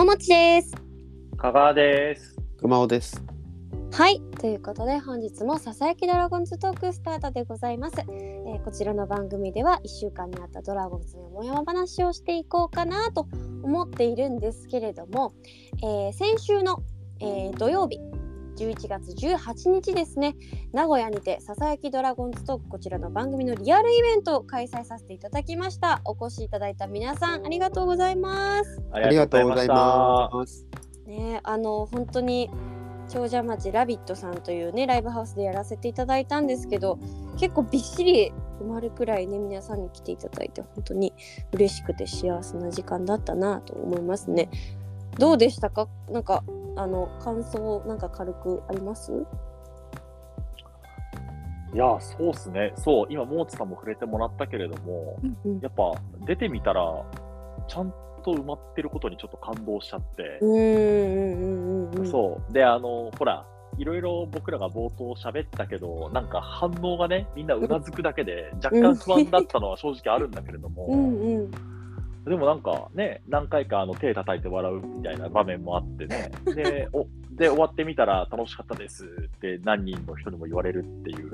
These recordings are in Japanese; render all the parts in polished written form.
ももちです。 香川です。 熊尾です。 はい、ということで本日もささやきドラゴンズトークスタートでございます。こちらの番組では1週間にあったドラゴンズのもやま話をしていこうかなと思っているんですけれども、先週の、土曜日11月18日ですね、名古屋にてささやきドラゴンズトーク、こちらの番組のリアルイベントを開催させていただきました。お越しいただいた皆さんありがとうございます。 ありがとうございます。 ね、本当に長者町ラビットさんというねライブハウスでやらせていただいたんですけど、結構びっしり埋まるくらいね皆さんに来ていただいて本当に嬉しくて幸せな時間だったなと思いますね。どうでしたか？なんか感想なんか軽くあります？ いや、そうですね。そう、今モーチさんも触れてもらったけれども、やっぱ出てみたらちゃんと埋まってることにちょっと感動しちゃって、そうでほら、いろいろ僕らが冒頭喋ったけど、なんか反応がね、みんなうなずくだけで若干不安だったのは正直あるんだけれども、でもなんかね、何回か手叩いて笑うみたいな場面もあってね、で終わってみたら楽しかったですって何人の人にも言われるっていう、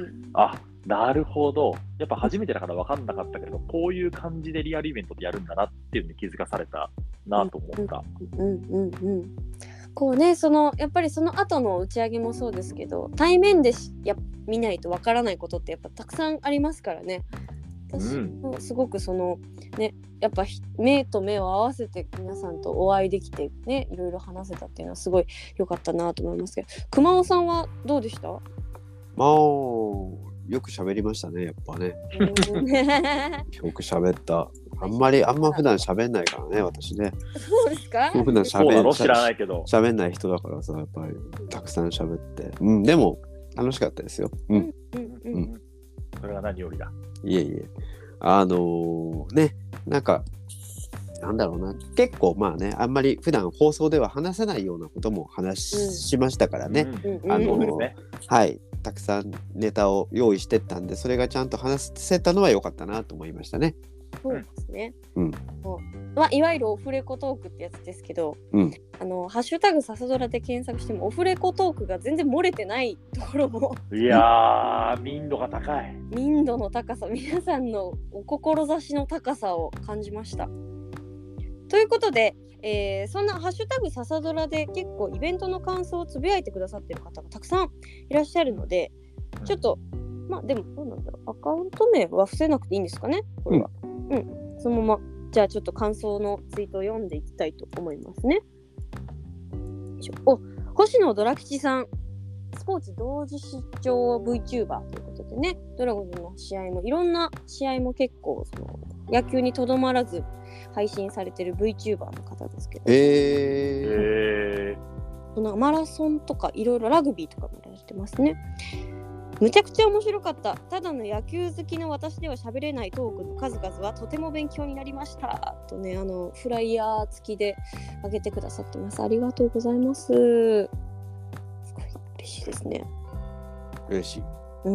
あ、なるほど、やっぱ初めてだから分かんなかったけど、こういう感じでリアルイベントでやるんだなっていうのに気づかされたなと思った。 こうね、やっぱりその後の打ち上げもそうですけど、対面で見ないと分からないことってやっぱたくさんありますからね。私もすごくね、やっぱ目と目を合わせて皆さんとお会いできてね、いろいろ話せたっていうのはすごい良かったなと思いますけど、熊尾さんはどうでした？ まあよく喋りましたね、やっぱね。よく喋った。あんま普段喋んないからね、私ね。 そうですか？ 普段そうなの？知らないけど。 喋んない人だからさ、やっぱりたくさん喋って。でも楽しかったですよ。 それが何よりだ。 いえいえ。ね、なんかなんだろうな、結構まあね、あんまり普段放送では話せないようなこともしましたからね。はい、たくさんネタを用意してったんで、それがちゃんと話せたのは良かったなと思いましたね。 そうですね。いわゆるオフレコトークってやつですけど、ハッシュタグササドラで検索してもオフレコトークが全然漏れてないところもいやー、民度が高い。 民度の高さ、皆さんのお志の高さを感じました。ということで、そんなハッシュタグササドラで結構イベントの感想をつぶやいてくださってる方がたくさんいらっしゃるので、ちょっとでもどうなんだろう、アカウント名は伏せなくていいんですかね、これは。そのままじゃあちょっと感想のツイートを読んでいきたいと思いますね。星野ドラ吉さん、スポーツ同時視聴 VTuber ということでね、ドラゴンズの試合もいろんな試合も結構野球にとどまらず配信されてる VTuber の方ですけど、マラソンとかいろいろラグビーとかもやってますね。むちゃくちゃ面白かった。ただの野球好きの私では喋れないトークの数々はとても勉強になりましたとね、フライヤー付きで上げてくださってます。ありがとうございます。すごい嬉しいですね。 嬉しい。 で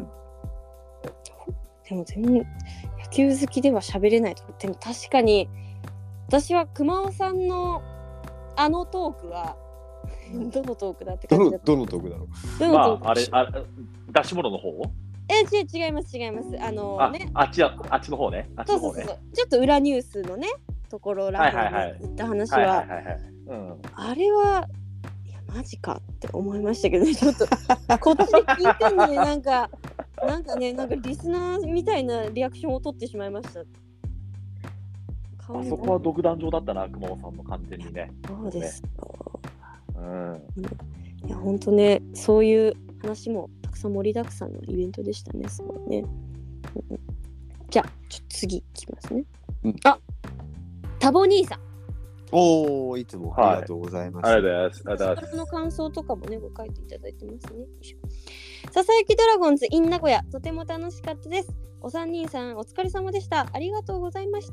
も全然野球好きでは喋れないと。でも確かに私は熊尾さんのトークはどのトークだって感じだった。 どのトークだろう。あれ出し物の方？ 違います。 あっちの方ね。 そうちょっと裏ニュースのねところらへんに行った話は、あれはいやマジかって思いましたけどね。ちょっとこっちで聞いてんのになんかリスナーみたいなリアクションを取ってしまいました。 あそこは独壇場だったな、熊尾さんの完全にね。 そうですよ。いや本当ね、そういう話もたくさん盛りだくさんのイベントでしたね。すごいね。じゃあ次いきますね。タボ兄さん。 いつもありがとうございます。 ありがとうございます。 その感想とかもねご書いていただいてますね。ささやきドラゴンズ in 名古屋、とても楽しかったです。お三人さんお疲れ様でした。ありがとうございました。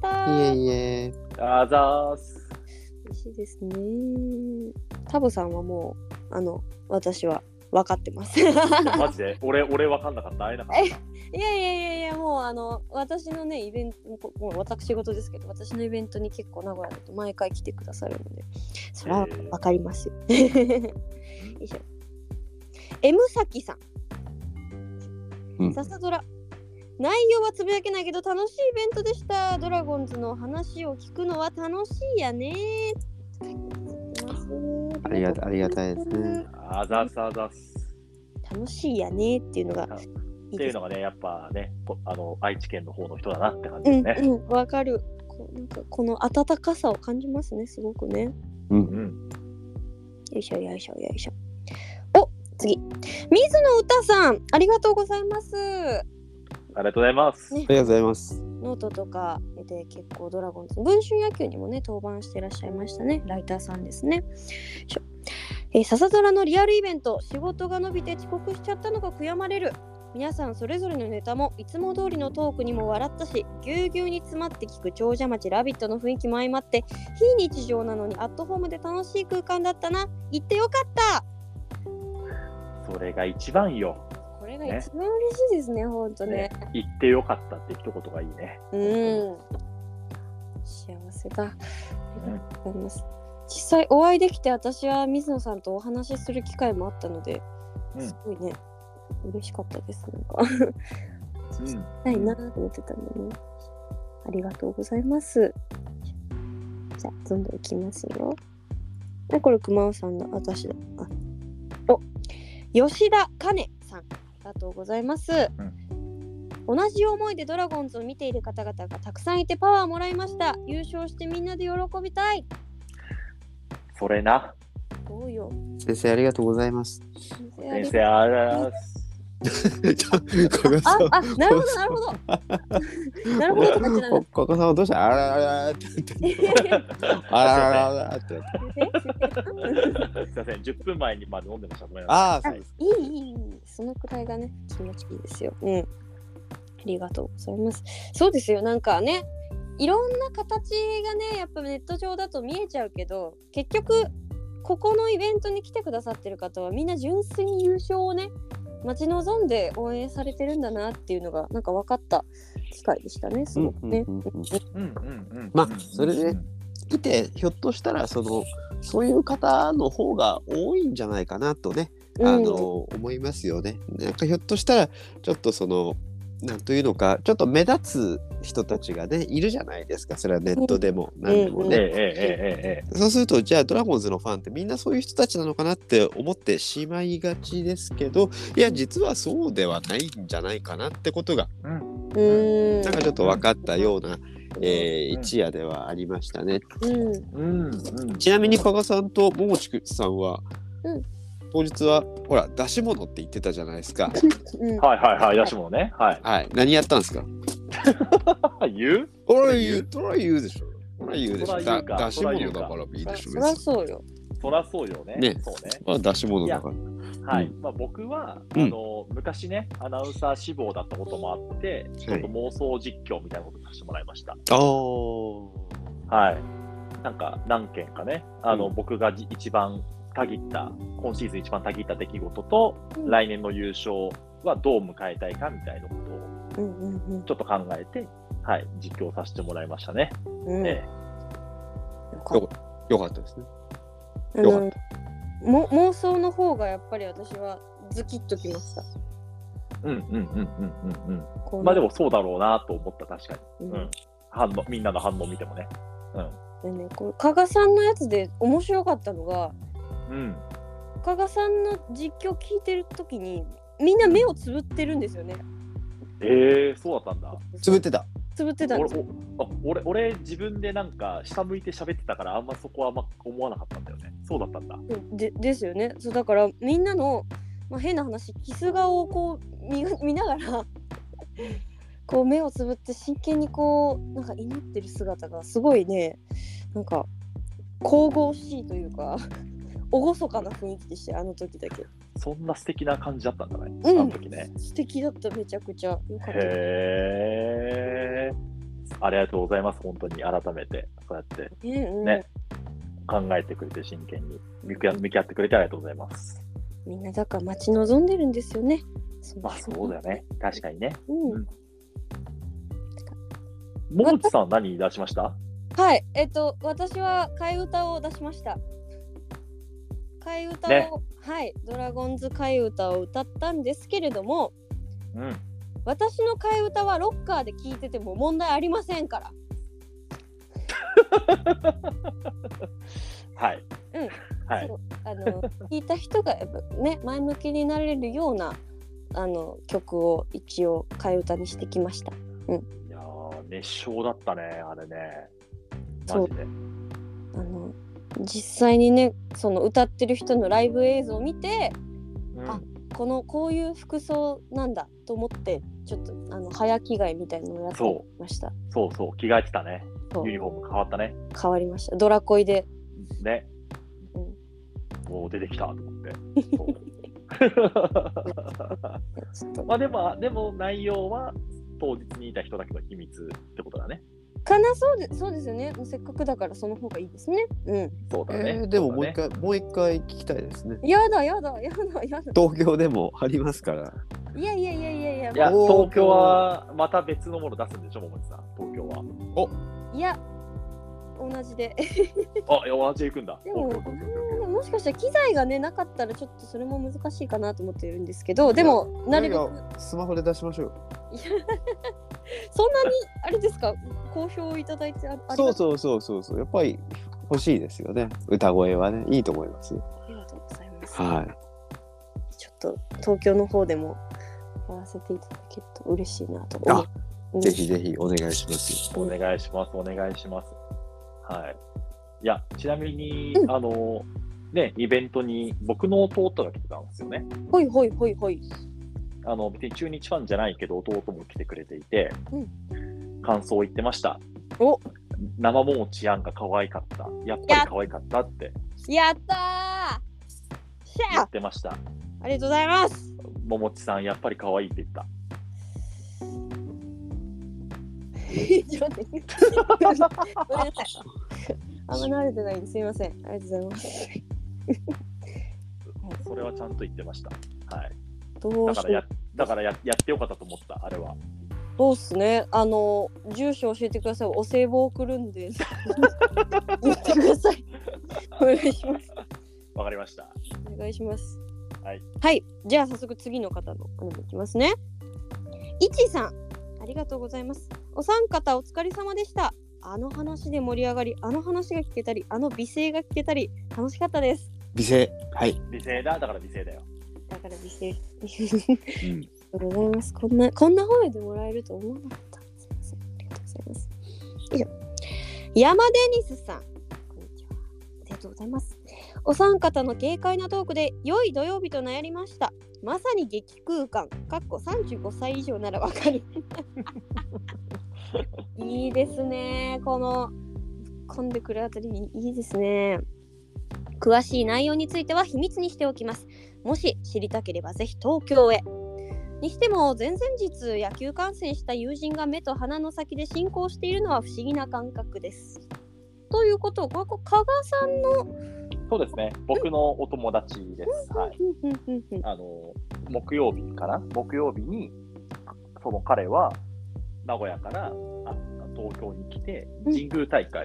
いえ。 あざーす。 嬉しいですね。タボさんはもう私は分かってますマジで俺分かんなかった、会えなかった。 いやもう私のねイベント、もう私事ですけど、私のイベントに結構名古屋だと毎回来てくださるので、それは分かりますよ。よいしょ。M 崎さん、笹ドラ内容はつぶやけないけど楽しいイベントでした。ドラゴンズの話を聞くのは楽しいやね。 ありがたいですね。 あざす。 楽しいやねっていうのがっていうのがね、やっぱね、愛知県の方の人だなって感じですね。 わかる。なんかこの温かさを感じますね、すごくね。よいしょ。お、次。水野歌さん、ありがとうございます。 ありがとうございます。 ありがとうございます。 ノートとかで結構ドラゴンズ、文春野球にもね登板していらっしゃいましたね。ライターさんですね。笹ドラのリアルイベント、仕事が伸びて遅刻しちゃったのが悔やまれる。皆さんそれぞれのネタもいつも通りのトークにも笑ったし、ぎゅうぎゅうに詰まって聞く長者町ラビットの雰囲気も相まって非日常なのにアットホームで楽しい空間だったな。行ってよかった。 それが一番よ。 これが一番嬉しいですね、ほんとね。 行ってよかったって一言がいいね。 幸せだ。ありがとうございます。実際お会いできて、私は水野さんとお話しする機会もあったので、すごいね、嬉しかったです。なんかないなと思ってたんでね。ありがとうございます。じゃあどんどんいきますよ。これ熊尾さんの私だ。吉田かねさん、ありがとうございます。同じ思いでドラゴンズを見ている方々がたくさんいてパワーもらいました。優勝してみんなで喜びたい。 それな。 どうよ。 先生ありがとうございます。 先生ありがとうございます。 なるほど。なるほど。 ここさんはどうした？あらって言って。あらって。 すいません、10分前にまで飲んでました。ごめんなさい。 いい。そのくらいがね、気持ちいいですよ。ありがとうございます。そうですよ、なんかね、いろんな形がね、やっぱネット上だと見えちゃうけど、結局ここのイベントに来てくださってる方はみんな純粋に優勝をね待ち望んで応援されてるんだなっていうのがなんか分かった機会でしたね、すごくね。 まあそれで来て、ひょっとしたらそういう方の方が多いんじゃないかなとね、思いますよね。なんかひょっとしたらちょっとなんというのか、ちょっと目立つ人たちがねいるじゃないですか。それはネットでも何でもね。そうすると、じゃあドラゴンズのファンってみんなそういう人たちなのかなって思ってしまいがちですけど、いや実はそうではないんじゃないかなってことが、なんかちょっと分かったような、一夜ではありましたね。ちなみに加賀さんと桃地さんは、当日はほら出し物って言ってたじゃないですか。 はい、出し物ね。はい。 何やったんですか？ 言う？ 俺言うでしょ。出し物だからいいでしょ。 そらそうよ。 そらそうよね。そうね。 まあ出し物だから。 はい。まあ僕は昔ねアナウンサー志望だったこともあって、ちょっと妄想実況みたいなことさせてもらいました。はい。なんか何件かね、僕が一番今シーズン一番たぎった出来事と、来年の優勝はどう迎えたいかみたいなことをちょっと考えて、実況させてもらいましたね。 よかったですね。 妄想の方がやっぱり私はズキッときました。 まあでもそうだろうなと思った、確かに。みんなの反応を見てもね。 でね、これ加賀さんのやつで面白かったのが、加賀さんの実況聞いてるときにみんな目をつぶってるんですよね。 そうだったんだ。 つぶってたんですよ。 俺自分でなんか下向いて喋ってたから、そこは思わなかったんだよね。そうだったんだ。 ですよね。そうだからみんなの、変な話、キス顔をこう見ながらこう目をつぶって真剣にこうなんか祈ってる姿がすごいね、なんか神々しいというか厳かな雰囲気でしたよ、あの時だけ。 そんな素敵な感じだったんだね、あの時ね。 素敵だった、めちゃくちゃよかった。 ありがとうございます、本当に改めてそうやってね、考えてくれて真剣に向き合ってくれてありがとうございます。 みんなだから待ち望んでるんですよね。 まあそうだよね。確かにね。 うん。 ももちさん何出しました？ はい、私は替え歌を出しました。替え歌を、ね、はい、ドラゴンズ替え歌を歌ったんですけれども、 うん、 私の替え歌はロッカーで聴いてても問題ありませんから。 はい。 うん。 はい。 聴いた人がやっぱね前向きになれるような曲を一応替え歌にしてきました。うん。 いや熱唱だったねあれね。マジで。 実際にねその歌ってる人のライブ映像を見て、うん、こういう服装なんだと思ってちょっと早着替えみたいなのをやってました。 そう着替えてたね。ユニフォーム変わったね。 変わりました。ドラコイでね、うん、もう出てきたと思ってまあでも内容は当日にいた人だけの秘密ってことだね。 かな。そうですよね。せっかくだからその方がいいですね。うん。 そうだね。 でももう一回聞きたいですね。 やだ。東京でもありますから。 いや。 いや東京はまた別のもの出すんでしょ、桃地さん。東京は。 いや同じで。 同じで行くんだ。 でももしかしたら機材がねなかったらちょっとそれも難しいかなと思ってるんですけど、でもなるべくスマホで出しましょう。 そんなにあれですか、好評いただいてそうやっぱり欲しいですよね。歌声はねいいと思いますよ。 ありがとうございます。 はい。 ちょっと東京の方でもやらせていただけると嬉しいなと思う。 ぜひお願いします。 お願いします。はい。いやちなみに、ねイベントに僕の弟が来てたんですよね。 ほい。 別に中日ファンじゃないけど弟も来てくれていて、感想を言ってました。生ももちやんが可愛かった。やっぱり可愛かったって。 やったー。 言ってました。 ありがとうございます。 ももちさんやっぱり可愛いって言った。 ごめんなさい。あんま慣れてないんですいません。ありがとうございます。 それはちゃんと言ってました。はい。だからやってよかったと思った。あれは。 そうっすね。住所教えてください。お歳暮送るんで言ってください。お願いします。 わかりました。 お願いします。 はい。 はい。じゃあ早速次の方のいきますね。いちさん、ありがとうございます。お三方お疲れ様でした。話で盛り上がり、話が聞けたり、美声が聞けたり楽しかったです。 美声、はい。 美声だから美声だよ。 だから美声。ありがとうございます。こんな褒めてもらえると思わなかった。すみません。ありがとうございます。以上。山デニスさん、こんにちは。ありがとうございます。お三方の軽快なトークで良い土曜日となりました。まさに激空間。35歳以上ならわかる。いいですね。この込んでくるあたりいいですね。詳しい内容については秘密にしておきます。もし知りたければぜひ東京へ。にしても前々日野球観戦した友人が目と鼻の先で進行しているのは不思議な感覚です。ということは加賀さんのそうですね。僕のお友達です。はい。木曜日にその彼は名古屋から東京に来て神宮大会。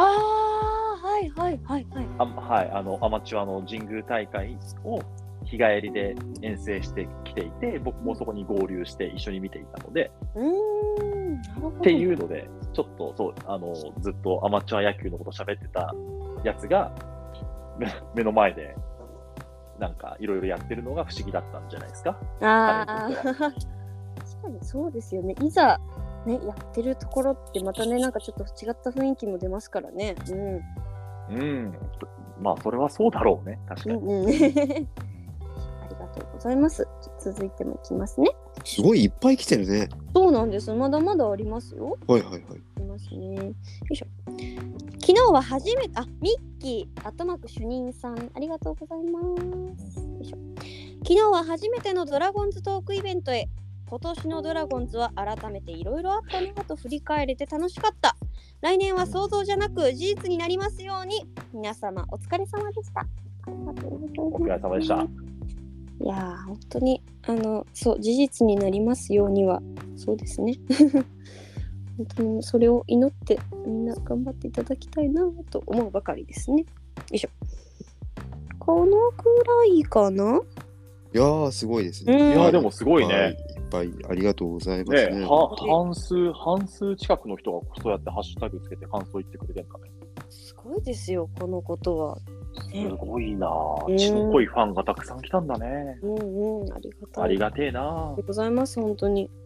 アマチュアの神宮大会を日帰りで遠征してきていて、僕もそこに合流して一緒に見ていたので、っていうのでちょっとずっとアマチュア野球のこと喋ってたやつが目の前でなんかいろいろやってるのが不思議だったんじゃないですか。 確かにそうですよね。いざねやってるところってまたねなんかちょっと違った雰囲気も出ますからね。 まあそれはそうだろうね。確かに。ありがとうございます。続いてもいきますね。 すごいいっぱい来てるね。 そうなんです。まだまだありますよ。 はい。 ありますね。よいしょ。昨日は初めてミッキー主任さんありがとうございます。よいしょ。昨日は初めてのドラゴンズトークイベントへ。今年のドラゴンズは改めていろいろあったなと振り返れて楽しかった。来年は想像じゃなく事実になりますように。皆様お疲れ様でした。ありがとうございます。 お疲れ様でした。 いやー本当にそう事実になりますようにはそうですね本当にそれを祈ってみんな頑張っていただきたいなと思うばかりですね。よいしょ。このくらいかな。 いやーすごいですね。 いやでもすごいね。 いっぱいありがとうございますね。 半数近くの人がそうやってハッシュタグつけて感想言ってくれてるんだね。 すごいですよこのことは。 すごいな。血の濃いファンがたくさん来たんだね。 ありがたい。 ありがてえな。ありがとうございます本当に。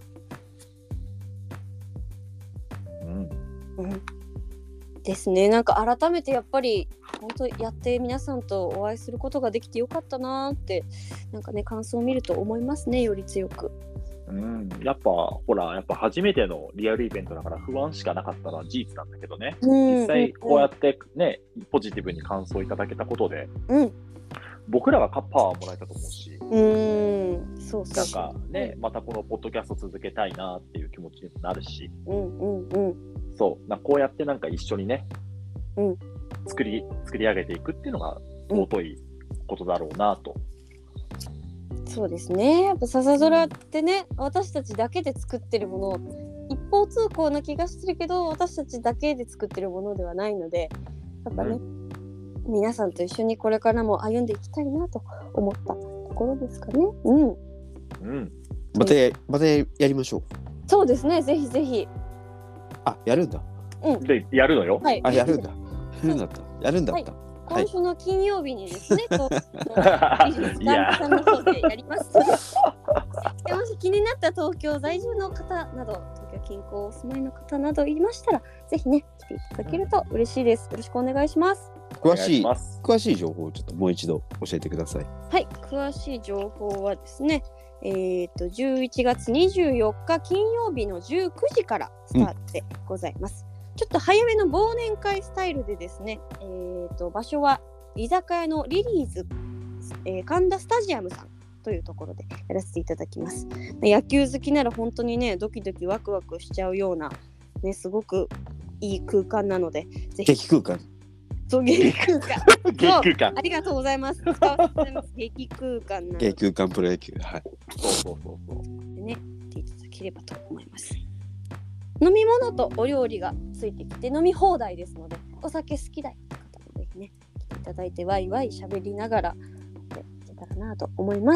ですね。なんか改めてやっぱり本当やって皆さんとお会いすることができてよかったなってなんかね感想を見ると思いますねより強く。 やっぱ初めてのリアルイベントだから不安しかなかったのは事実なんだけどね、実際こうやってね、ポジティブに感想いただけたことで、僕らはパワーもらえたと思うし、 そうなんかね、またこのポッドキャスト続けたいなっていう気持ちにもなるし、そうこうやってなんか一緒にね、作り上げていくっていうのが尊いことだろうなと。 そうですね。やっぱ笹空ってね、私たちだけで作ってるもの、一方通行な気がしてるけど私たちだけで作ってるものではないので、やっぱね、皆さんと一緒にこれからも歩んでいきたいなと思ったところですかね。 またやりましょう。 そうですね。ぜひぜひ。 やるんだ。 でやるのよ。 やるんだ。やるんだった。 今週の金曜日にですね、いやさんの方でやりますので、もし気になった東京在住の方など、東京近郊お住まいの方などいましたら、ぜひね来ていただけると嬉しいです。よろしくお願いします。 詳しい情報をちょっともう一度教えてください。 はい、詳しい情報はですね、11月24日金曜日の19時からスタートでございます。ちょっと早めの忘年会スタイルでですね、場所は居酒屋のリリーズ、神田スタジアムさんというところでやらせていただきます。野球好きなら本当にねドキドキワクワクしちゃうような、ね、すごくいい空間なので、ぜひ激空間。 そう激空間激空間ありがとうございます。激空間なので、 激空間プロ野球、はい、 そうでね来ていただければと思います。飲み物とお料理がついてきて飲み放題ですので、お酒好きだよって方もぜひね来ていただいてワイワイ喋りながらやっていけたらなと思います。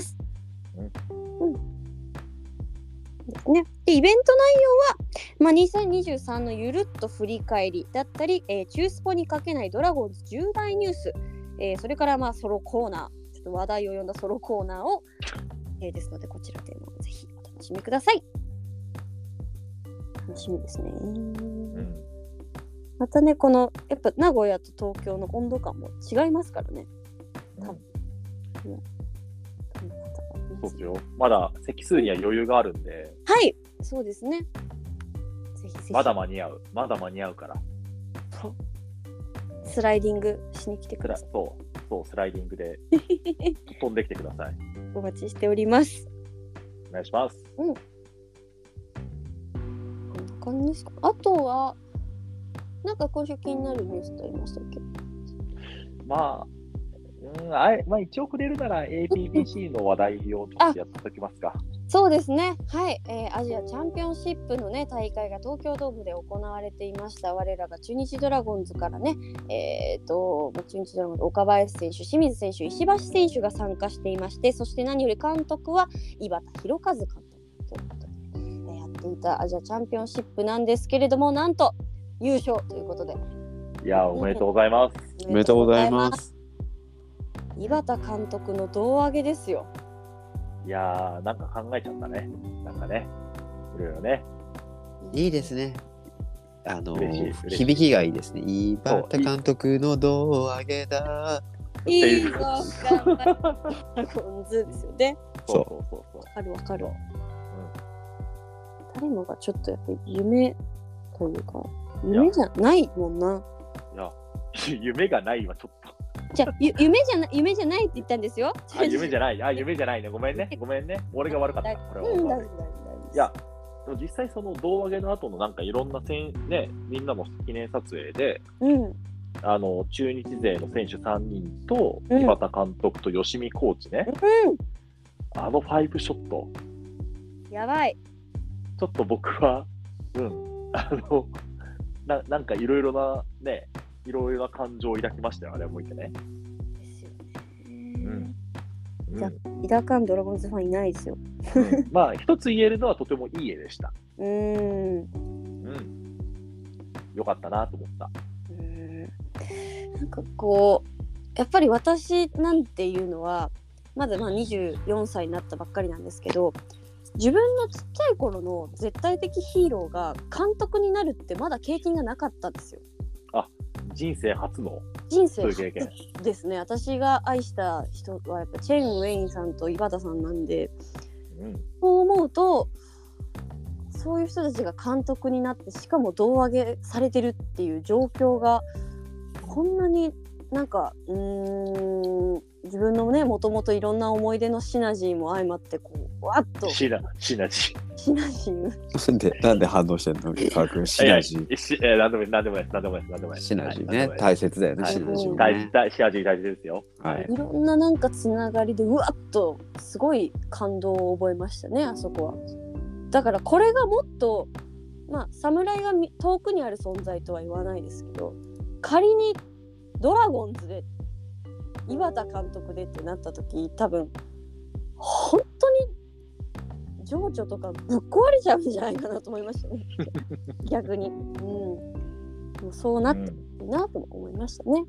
ですね。でイベント内容は、2023のゆるっと振り返りだったり、中スポにかけないドラゴンズ重大ニュース、それからソロコーナー、ちょっと話題を呼んだソロコーナーを、ですのでこちらでもぜひお楽しみください。楽しみですね。またねこのやっぱ名古屋と東京の温度感も違いますからね。 そうですよ。まだ席数には余裕があるんで。 はい、そうですね。ぜひぜひ。 まだ間に合うから。 スライディングしに来てください。 そうスライディングで飛んできてください。 お待ちしております。 お願いします。 こんな感じですか。あとはなんか今週気になるニュースってありましたっけ？ 一応触れるなら APBC の話題をちょっとやっておきますか。 そうですね。はい、アジアチャンピオンシップのね大会が東京ドームで行われていました。我らが中日ドラゴンズからね、中日ドラゴンズ岡林選手、清水選手、石橋選手が参加していまして、そして何より監督は井端弘和監督ということで、やっていたアジアチャンピオンシップなんですけれども、なんと優勝ということで、 いやおめでとうございます。 おめでとうございます。 井端監督の胴上げですよ。 いやなんか考えちゃったね。なんかね、いろいろね。 いいですね。響きがいいですね。井端監督の胴上げだ。 いいのか。コンズですよね。 そうわかる。誰もがちょっとやっぱり夢というか夢じゃないもんな。 いや夢がないはちょっと。 じゃあ夢じゃないって言ったんですよ。 夢じゃないね。ごめんね。俺が悪かった。これは。いや、でも実際その胴上げの後のなんかいろんなみんなの記念撮影で、中日勢の選手3人と井端監督と吉見コーチね。 あの5ショット。 やばい。 ちょっと僕は、なんかいろいろなね、いろいろな感情を抱きましたよ、あれを見てね。 ですよね。 じゃあ、イダカンドラゴンズファンいないですよ。 まあ、一つ言えるのはとてもいい絵でした。よかったなと思った。 なんかこう、やっぱり私なんていうのは、まだ24歳になったばっかりなんですけど、自分のちっちゃい頃の絶対的ヒーローが監督になるってまだ経験がなかったんですよ。 あ、人生初のそういう経験ですね。私が愛した人はやっぱチェン・ウェインさんと井端さんなんで、そう思うとそういう人たちが監督になって、しかも胴上げされてるっていう状況がこんなになんか自分のね、もともといろんな思い出のシナジーも相まってこうわっとシナジーなんで反応してんの？シナジー。 なんでもない。 シナジーね、大切だよね。シナジーね。 シナジー大事ですよ。 いろんななんかつながりでうわっとすごい感動を覚えましたね、あそこは。だからこれがもっと侍が遠くにある存在とは言わないですけど、仮にドラゴンズで井端監督でってなった時、多分本当に情緒とかぶっ壊れちゃうんじゃないかなと思いましたね逆に、もうそうなっていいなと思いましたね。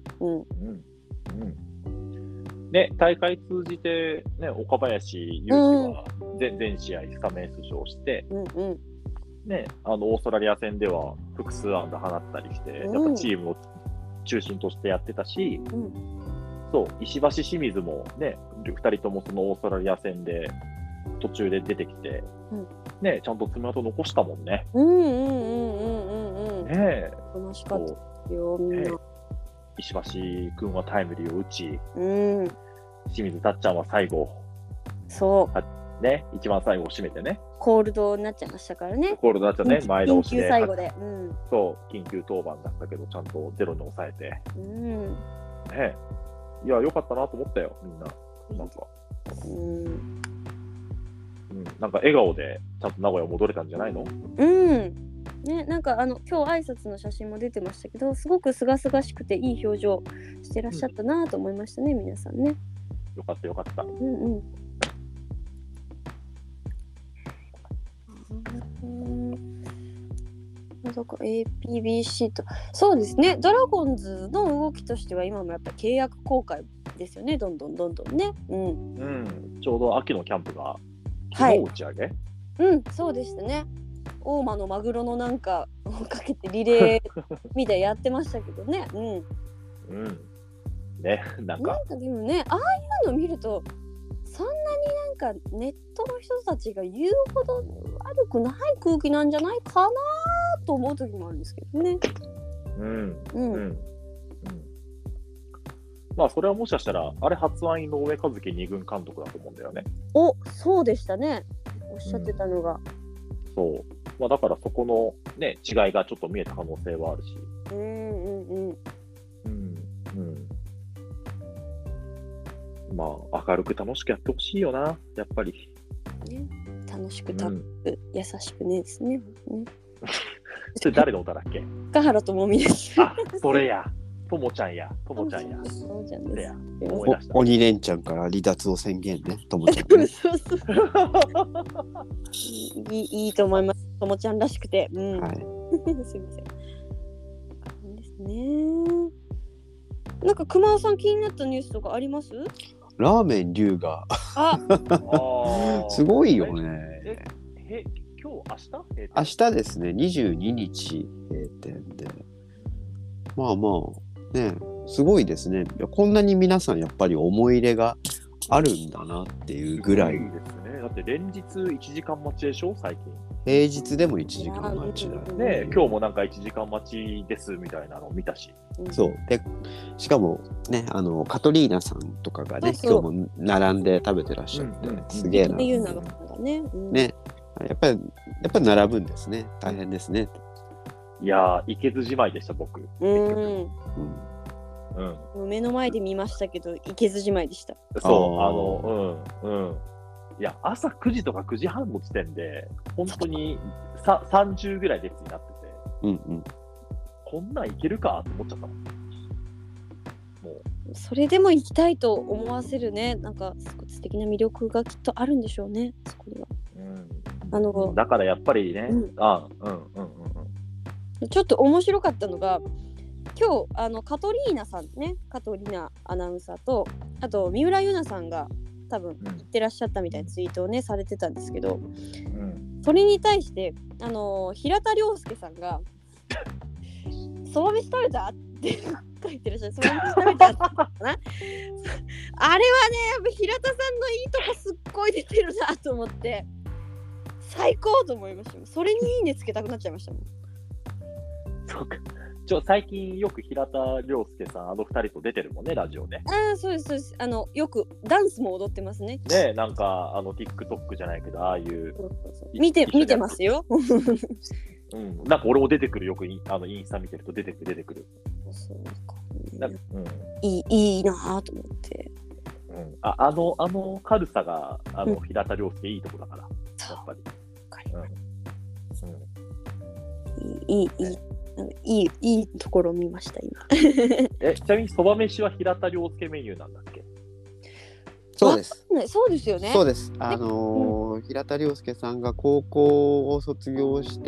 ね、大会通じて、ね、岡林勇希は全試合スタメン出場して、ね、オーストラリア戦では複数安打放ったりして、やっぱチームを中心としてやってたし、そう石橋清水もね、2人ともそのオーストラリア戦で途中で出てきて、ね、ちゃんと爪痕残したもんね。ね、 楽しかったよ、みんな。 石橋君はタイムリーを打ち、清水たっちゃんは最後、ね、一番最後を締めてね。 コールドになっちゃいましたからね。 コールドになっちゃね、前倒しで。 緊急最後で。 そう、緊急登板だったけど、ちゃんとゼロに抑えて。ね、いや、良かったなと思ったよ、みんな。なんか。なんか笑顔でちゃんと名古屋戻れたんじゃないの？ ね、なんか今日挨拶の写真も出てましたけど、すごく清々しくていい表情してらっしゃったなと思いましたね、皆さんね。 よかったよかった。 APBC と、そうですね、ドラゴンズの動きとしては今もやっぱ契約更改ですよね、どんどんね。 ちょうど秋のキャンプが昨日打ち上げ、 そうでしたね。大間のマグロのなんかをかけてリレーみたいやってましたけどね。 ね、なんかでもね、ああいうの見るとそんなになんかネットの人たちが言うほど悪くない空気なんじゃないかなと思う時もあるんですけどね。 まあそれはもしかしたらあれ発案井上和樹2軍監督だと思うんだよね。 そうでしたね、おっしゃってたのが。 そう、まあ、だからそこのね違いがちょっと見えた可能性はあるし。まあ明るく楽しくやってほしいよな、やっぱり。 楽しく優しくねですね。 それ誰の歌だっけ？ 深原智美です。 それや。ともちゃんや。思い出した。 鬼レンちゃんから離脱を宣言ね、ともちゃん、ね。 いいと思います。ともちゃんらしくて。すいません。ですね。なんか熊尾さん気になったニュースとかあります？ ラーメン龍がすごいよね。 今日明日ですね、22日閉店で、まあね、すごいですね。こんなに皆さんやっぱり思い入れがあるんだなっていうぐらい。 ですね。だって連日1時間待ちでしょ、最近。 平日でも1時間待ちだね。今日もなんか1時間待ちですみたいなのを見たし。 そうで、しかもね、カトリーナさんとかがね、今日も並んで食べてらっしゃって、すげえな。ね、やっぱり並ぶんですね。大変ですね。 いやー、いけずじまいでした、僕。 目の前で見ましたけど、いけずじまいでした。 そう、 いや、朝9時とか9時半の時点で、本当に30ぐらい列になってて、 うんうん、 こんなんいけるかと思っちゃったもん。もうそれでも行きたいと思わせるね、なんか素敵な魅力がきっとあるんでしょうね、そこには。 だからやっぱりね、 ちょっと面白かったのが、今日カトリーナさんね、カトリーナアナウンサーと、あと三浦優奈さんが多分行ってらっしゃったみたいなツイートをね、されてたんですけど、それに対して平田良介さんがそば飯食べたって書いてらっしゃる。そば飯食べたかなあれはね、やっぱ平田さんのいいとこすっごい出てるなと思って、最高と思いました。それにいいねつけたくなっちゃいましたもん。 そうか。最近よく平田良介さん、2人と出てるもんね、ラジオね。 そうですそうです。よくダンスも踊ってますね。 ね、なんかTikTok じゃないけど、ああいう見てますよ。 なんか俺も出てくる、よくインスタ見てると出てくる。 そうか、いいなぁと思って。 あの軽さが平田良介いいとこだから、やっぱり。 いいところを見ました今。 ちなみにそば飯は平田良介メニューなんだっけ？ そうです。 そうですよね。 そうです。平田良介さんが高校を卒業して、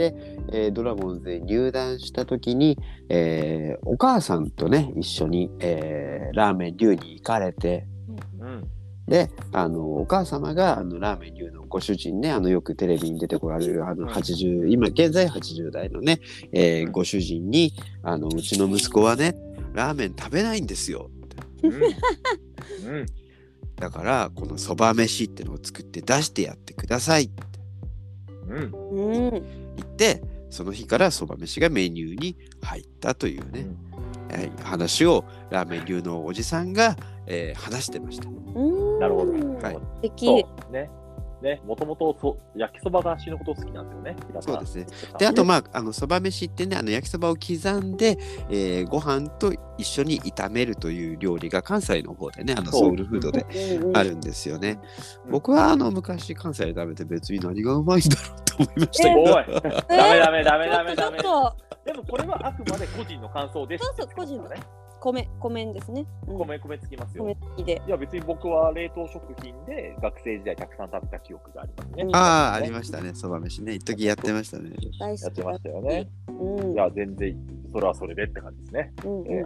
ドラゴンズへ入団した時に、お母さんとね一緒に、ラーメン龍に行かれて、でお母様がラーメン龍のご主人ね、よくテレビに出てこられる80今現在80代のね、ご主人にうちの息子はねラーメン食べないんですよって、だからこのそば飯ってのを作って出してやってくださいって、言ってその日からそば飯がメニューに入ったというね、話をラーメン流のおじさんが、話してました。 なるほど。 はい。素敵。 ね、もともと焼きそばが死ぬほど好きなんですよね。 そうですね。で、あとそば飯ってね、焼きそばを刻んで、ご飯と一緒に炒めるという料理が関西の方でね、ソウルフードであるんですよね。僕は昔関西で食べて別に何がうまいんだろうと思いましたけど。 おい、ダメ。でもこれはあくまで個人の感想です。 そう個人のね。米ですね。 米つきますよ。 米付きで。 いや別に僕は冷凍食品で学生時代たくさん食べた記憶がありますね。 ありましたね。そば飯ね。一時やってましたね。 やってましたよね。いや全然それはそれでって感じですね。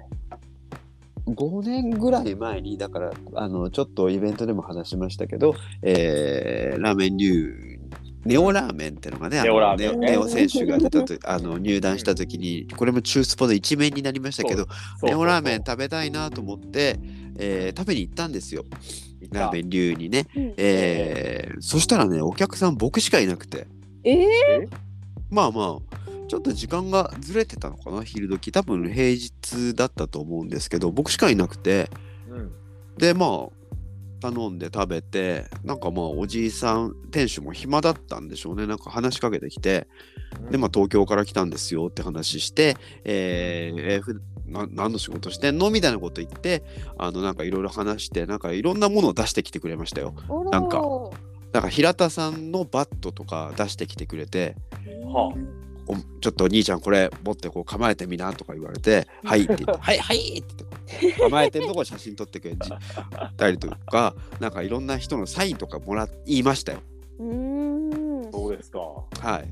5年ぐらい前にだからちょっとイベントでも話しましたけど、ラーメン流ネオラーメンってのがね、ネオ選手が出たと入団した時に、これも中スポで一面になりましたけど、ネオラーメン食べたいなと思って、食べに行ったんですよ、ラーメン流にね。そしたらね、お客さん僕しかいなくて、まあちょっと時間がずれてたのかな、昼時。多分平日だったと思うんですけど、僕しかいなくて、で頼んで食べて、なんかおじいさん店主も暇だったんでしょうね。なんか話しかけてきて、で東京から来たんですよって話して、何の仕事してんのみたいなこと言って、なんかいろいろ話して、なんかいろんなものを出してきてくれましたよ。なんか平田さんのバットとか出してきてくれて、ちょっと兄ちゃんこれ持ってこう構えてみなとか言われて、はいって言ってはいって言って構えてるとこ写真撮ってくれたりとか、なんかいろんな人のサインとか言いましたよ。 そうですか。 はい。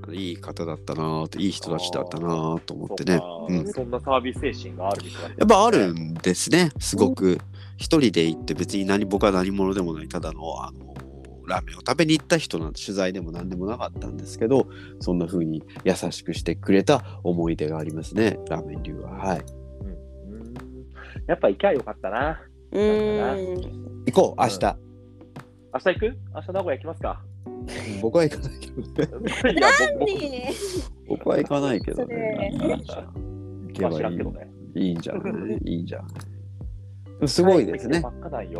いい方だったなって、いい人たちだったなと思ってね。 そんなサービス精神があるみたいな。 やっぱあるんですね。すごく一人で行って別に僕は何者でもないただのラーメンを食べに行った人の取材でも何でもなかったんですけど、そんな風に優しくしてくれた思い出がありますね、ラーメン流は。はい。 やっぱ行きゃよかったな。 行こう、明日。 明日行く？明日名古屋行きますか。 僕は行かないけどね。僕は行かないけどね。行けばいいんじゃない？いいんじゃない？すごいですね。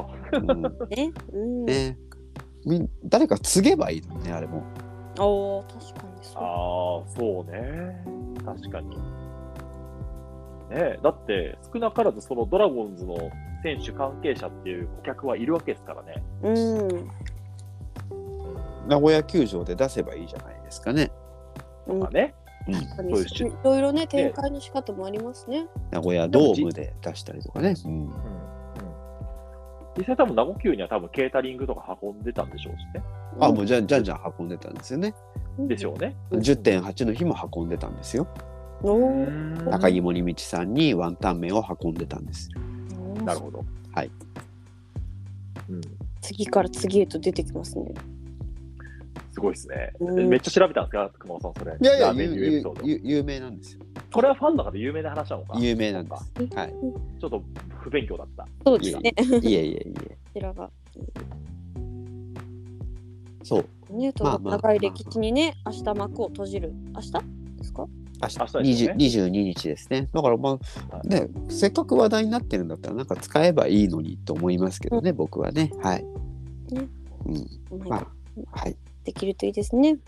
誰か継げばいいのね、あれも。 確かにそう。そうね。確かに。ね、だって少なからずそのドラゴンズの選手関係者っていう顧客はいるわけですからね。 名古屋球場で出せばいいじゃないですかね。 とかね。 いろいろね展開の仕方もありますね。 名古屋ドームで出したりとかね。 実際多分名古屋球には多分ケータリングとか運んでたんでしょうしね。 もうじゃん運んでたんですよね。 でしょうね。 10.8 の日も運んでたんですよ。中木森道さんにワンタン麺を運んでたんです。 なるほど。 はい。 次から次へと出てきますね。 すごいですね。めっちゃ調べたんですか、熊尾さんそれ。 いや有名なんですよ。 これはファンの中で有名な話なのか。 有名なんです。はい。 ちょっと不勉強だった。 そうですね。 いえ。 こちらが。 そう。 ね、長い歴史にね、明日幕を閉じる。明日ですか？ 明日22日ですね。だからね、せっかく話題になってるんだったらなんか使えばいいのにと思いますけどね、僕はね。はい。 ね。 はい。 できるといいですね。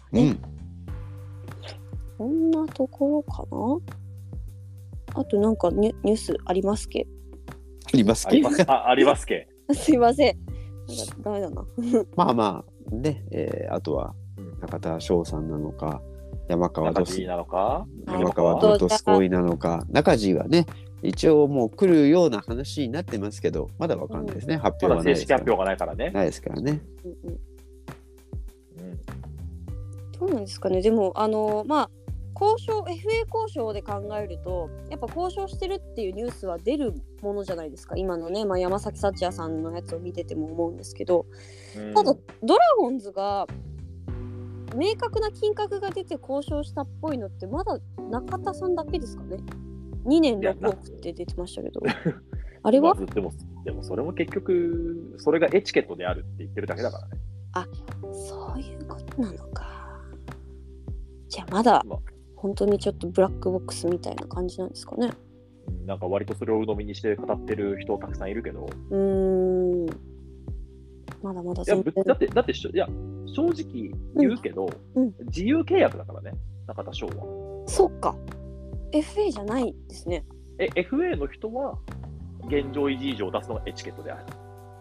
こんなところかな。あとなんかニュースありますけ？ ありますけ？ ありますけ？ すいません。ダメだな。 ね、あとは中田翔さんなのか、山川ドスコイなのか、中地はね、一応もう来るような話になってますけど、まだわかんないですね。発表はないですから。 正式発表がないからね。 ないですからね。 どうなんですかね。でも交渉 FA 交渉で考えるとやっぱ交渉してるっていうニュースは出るものじゃないですか。今のね、山崎幸也さんのやつを見てても思うんですけど、ただドラゴンズが明確な金額が出て交渉したっぽいのってまだ中田さんだけですかね。2年6億って出てましたけどあれはでもそれも結局それがエチケットであるって言ってるだけだからね。 そういうことなのか。じゃあまだ本当にちょっとブラックボックスみたいな感じなんですかね。 なんか割とそれを鵜呑みにして語ってる人たくさんいるけど。 まだまだだって正直言うけど、自由契約だからね、中田翔は。 そっか。FA じゃないですね。 FA の人は現状維持以上出すのがエチケットである。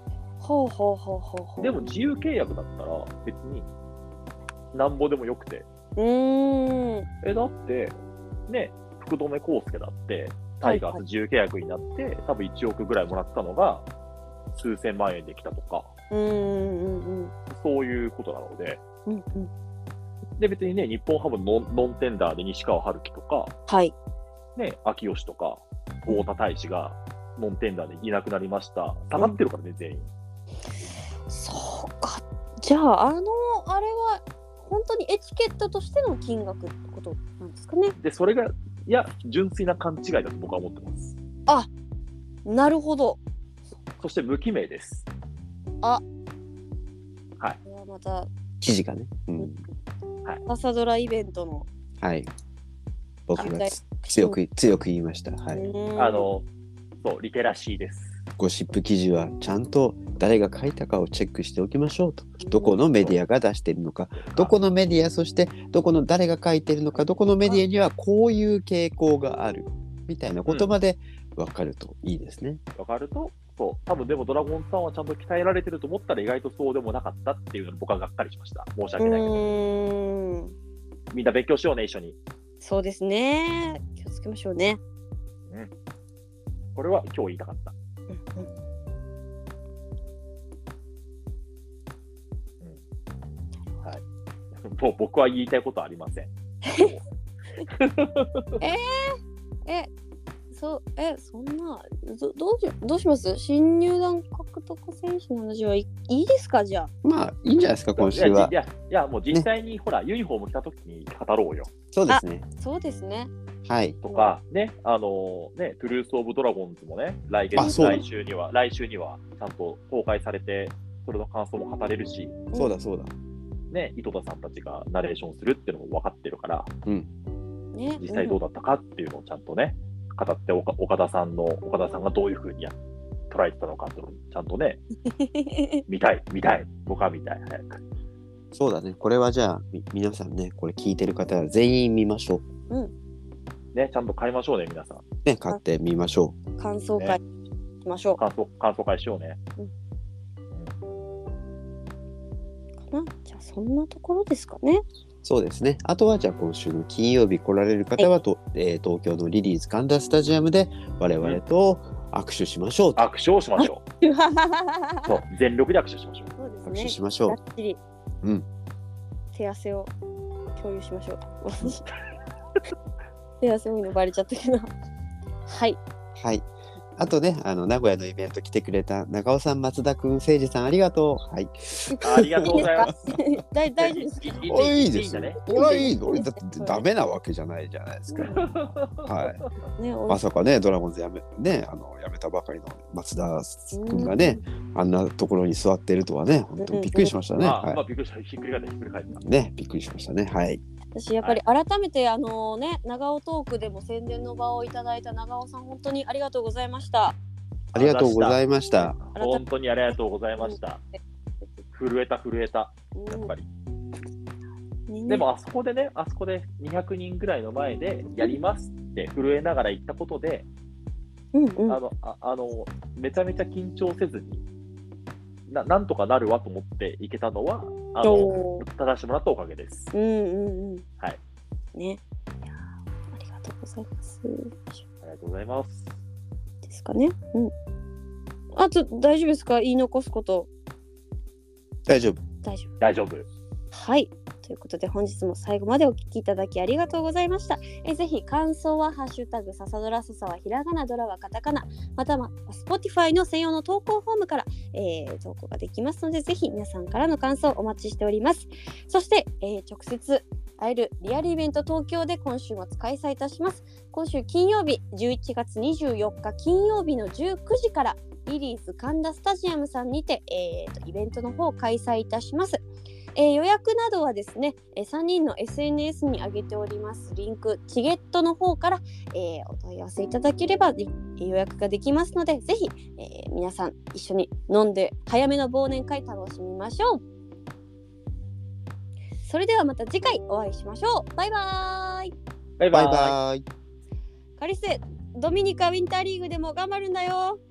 でも自由契約だったら別になんぼでもよくて。だってね、福留孝介だってタイガース自由契約になって、多分1億ぐらいもらったのが数千万円できたとか、そういうことなので、で別にね、日本ハムノンテンダーで西川遥輝とか、ね、秋吉とか太田大志がノンテンダーでいなくなりました。下がってるからね、全員。 そうか。じゃああれは本当にエチケットとしての金額ってことなんですかね。 でそれが純粋な勘違いだと僕は思ってます。 なるほど。 そして無記名です。 はい。 これはまた記事がね。 朝ドライベントの。 僕が強く言いました。 そうリテラシーです。 ゴシップ記事はちゃんと誰が書いたかをチェックしておきましょうと。どこのメディアが出しているのか、どこのメディア、そしてどこの誰が書いているのか、どこのメディアにはこういう傾向があるみたいなことまで分かるといいですね。 分かると、多分でもドラゴンさんはちゃんと鍛えられてると思ったら意外とそうでもなかったっていうのに僕はがっかりしました。申し訳ないけど。みんな勉強しようね、一緒に。 そうですね。気をつけましょうね。 これは今日言いたかった。もう僕は言いたいことはありません。そんなどうします？新入団獲得選手の話はいいですか？じゃあいいんじゃないですか、今週は。 いやもう実際に、ほらユニフォーム着た時に語ろうよ。 そうですね。 そうですね。 とかね、トゥルースオブドラゴンズもね、来週にはちゃんと公開されて、それの感想も語れるし、 そうだね、井戸田さんたちがナレーションするっていうのも分かってるから、実際どうだったかっていうのをちゃんとね、語って岡田さんがどういうふうに捉えてたのかっていうのをちゃんとね見たい僕は見たい。早く。 そうだね。これはじゃあ皆さんね、これ聞いてる方は全員見ましょう。 ね、ちゃんと買いましょうね、皆さん。 ね、買ってみましょう。感想会しましょう。 感想会しようね。 な。じゃあそんなところですかね。 そうですね。あとはじゃあ今週の金曜日来られる方は東京のリリーズ神田スタジアムで我々と握手しましょうと。 握手をしましょう。そう、全力で握手しましょう。 そうですね。 握手しましょう。 がっちり。 うん。 手汗を共有しましょう。手汗多いのバレちゃったけど。はい。 はい。あとね、名古屋のイベント来てくれた長尾さん、松田くん、誠司さん、ありがとう。はい。 ありがとうございます。 大丈夫ですか？ いいですね。これはいいの。だってダメなわけじゃないじゃないですか。はい。ね、まさかね、ドラゴンズ辞めたばかりの松田くんがね、あんなところに座っているとはね、本当にびっくりしましたね。 まあびっくりした。ひっくり返った。 ね、びっくりしましたね。はい。 私やっぱり改めてね、長尾トークでも宣伝の場をいただいた長尾さん、本当にありがとうございました。 ありがとうございました。 本当にありがとうございました。震えた、やっぱり。でもあそこで200人ぐらいの前でやりますって震えながら言ったことで、めちゃめちゃ緊張せずになんとかなるわと思っていけたのは正してもらったおかげです。はい。 ね。いや、ありがとうございます。 ありがとうございます。 ですかね。あと大丈夫ですか？言い残すこと。 大丈夫。 はい。ということで本日も最後までお聞きいただきありがとうございました。ぜひ感想はハッシュタグささドラ、ささはひらがな、ドラはカタカナ、または Spotify の専用の投稿フォームから、投稿ができますので、ぜひ皆さんからの感想お待ちしております。そして、直接会えるリアルイベント東京で今週末開催いたします。今週金曜日11月24日金曜日の19時からリリーズ神田スタジアムさんにて、イベントの方を開催いたします。予約などはですね、3人の SNS に上げておりますリンクチゲットの方から、お問い合わせいただければ予約ができますので、ぜひ、皆さん一緒に飲んで早めの忘年会楽しみましょう。それではまた次回お会いしましょう。バイバーイ。 バイバイ。 カリス、ドミニカウィンターリーグでも頑張るんだよ。